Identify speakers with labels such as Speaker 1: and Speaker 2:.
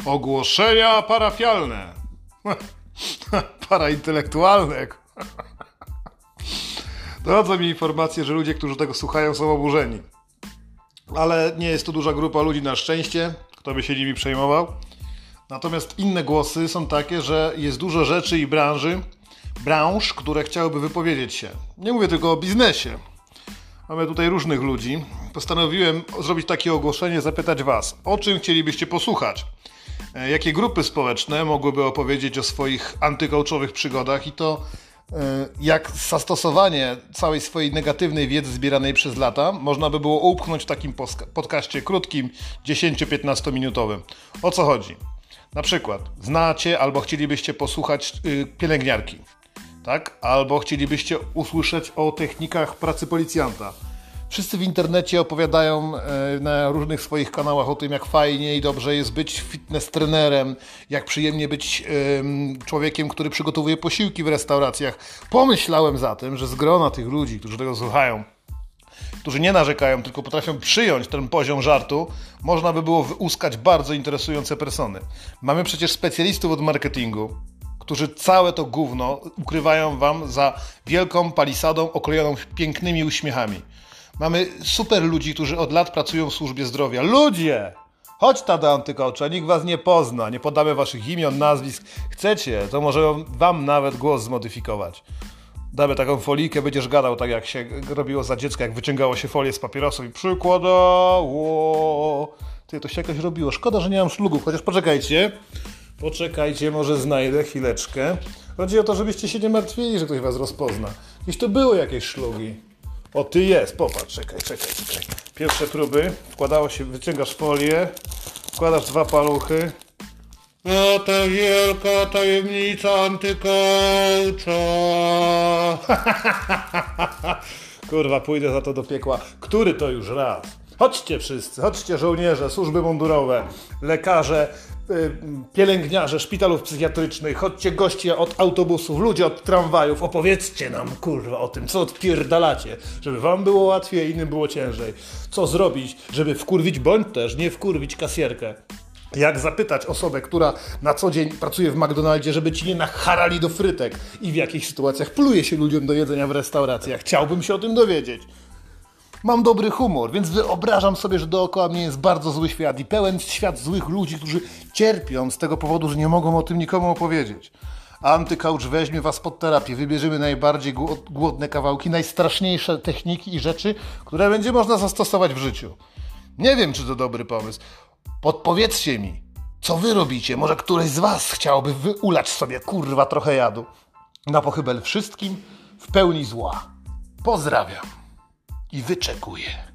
Speaker 1: Ogłoszenia parafialne. Paraintelektualne. Dochodzą mi informacje, że ludzie, którzy tego słuchają, są oburzeni. Ale nie jest to duża grupa ludzi na szczęście, kto by się nimi przejmował. Natomiast inne głosy są takie, że jest dużo rzeczy i branż, które chciałyby wypowiedzieć się. Nie mówię tylko o biznesie. Mamy tutaj różnych ludzi. Postanowiłem zrobić takie ogłoszenie, zapytać Was, o czym chcielibyście posłuchać. Jakie grupy społeczne mogłyby opowiedzieć o swoich antycoachowych przygodach i to jak zastosowanie całej swojej negatywnej wiedzy zbieranej przez lata można by było upchnąć w takim podcaście krótkim, 10-15 minutowym. O co chodzi? Na przykład znacie albo chcielibyście posłuchać pielęgniarki, tak? Albo chcielibyście usłyszeć o technikach pracy policjanta. Wszyscy w internecie opowiadają na różnych swoich kanałach o tym, jak fajnie i dobrze jest być fitness trenerem, jak przyjemnie być człowiekiem, który przygotowuje posiłki w restauracjach. Pomyślałem zatem, że z grona tych ludzi, którzy tego słuchają, którzy nie narzekają, tylko potrafią przyjąć ten poziom żartu, można by było wyłuskać bardzo interesujące persony. Mamy przecież specjalistów od marketingu, którzy całe to gówno ukrywają wam za wielką palisadą oklejoną pięknymi uśmiechami. Mamy super ludzi, którzy od lat pracują w służbie zdrowia. Ludzie! Chodź ta do antycoacha, nikt was nie pozna, nie podamy waszych imion, nazwisk. Chcecie, to może wam nawet głos zmodyfikować. Damy taką folijkę, będziesz gadał tak jak się robiło za dziecka, jak wyciągało się folię z papierosów i przykładało. Ty, to się jakoś robiło. Szkoda, że nie mam szlugów, chociaż poczekajcie, może znajdę chwileczkę. Chodzi o to, żebyście się nie martwili, że ktoś was rozpozna. Gdzieś to było jakieś szlugi. O, ty jest, popatrz, czekaj. Pierwsze próby, wkładało się, wyciągasz folię, wkładasz 2 paluchy. No ta wielka tajemnica antycoacha. Kurwa, pójdę za to do piekła. Który to już raz? Chodźcie wszyscy, chodźcie żołnierze, służby mundurowe, lekarze, pielęgniarze szpitalów psychiatrycznych, chodźcie goście od autobusów, ludzie od tramwajów, opowiedzcie nam, kurwa, o tym, co odpierdalacie, żeby wam było łatwiej, innym było ciężej. Co zrobić, żeby wkurwić bądź też nie wkurwić kasjerkę. Jak zapytać osobę, która na co dzień pracuje w McDonaldzie, żeby ci nie nacharali do frytek i w jakich sytuacjach pluje się ludziom do jedzenia w restauracjach. Chciałbym się o tym dowiedzieć. Mam dobry humor, więc wyobrażam sobie, że dookoła mnie jest bardzo zły świat i pełen świat złych ludzi, którzy cierpią z tego powodu, że nie mogą o tym nikomu opowiedzieć. Antycoach weźmie was pod terapię, wybierzemy najbardziej głodne kawałki, najstraszniejsze techniki i rzeczy, które będzie można zastosować w życiu. Nie wiem, czy to dobry pomysł. Podpowiedzcie mi, co wy robicie? Może któryś z was chciałby wyulać sobie, kurwa, trochę jadu. Na pochybel wszystkim w pełni zła. Pozdrawiam. I wyczekuję.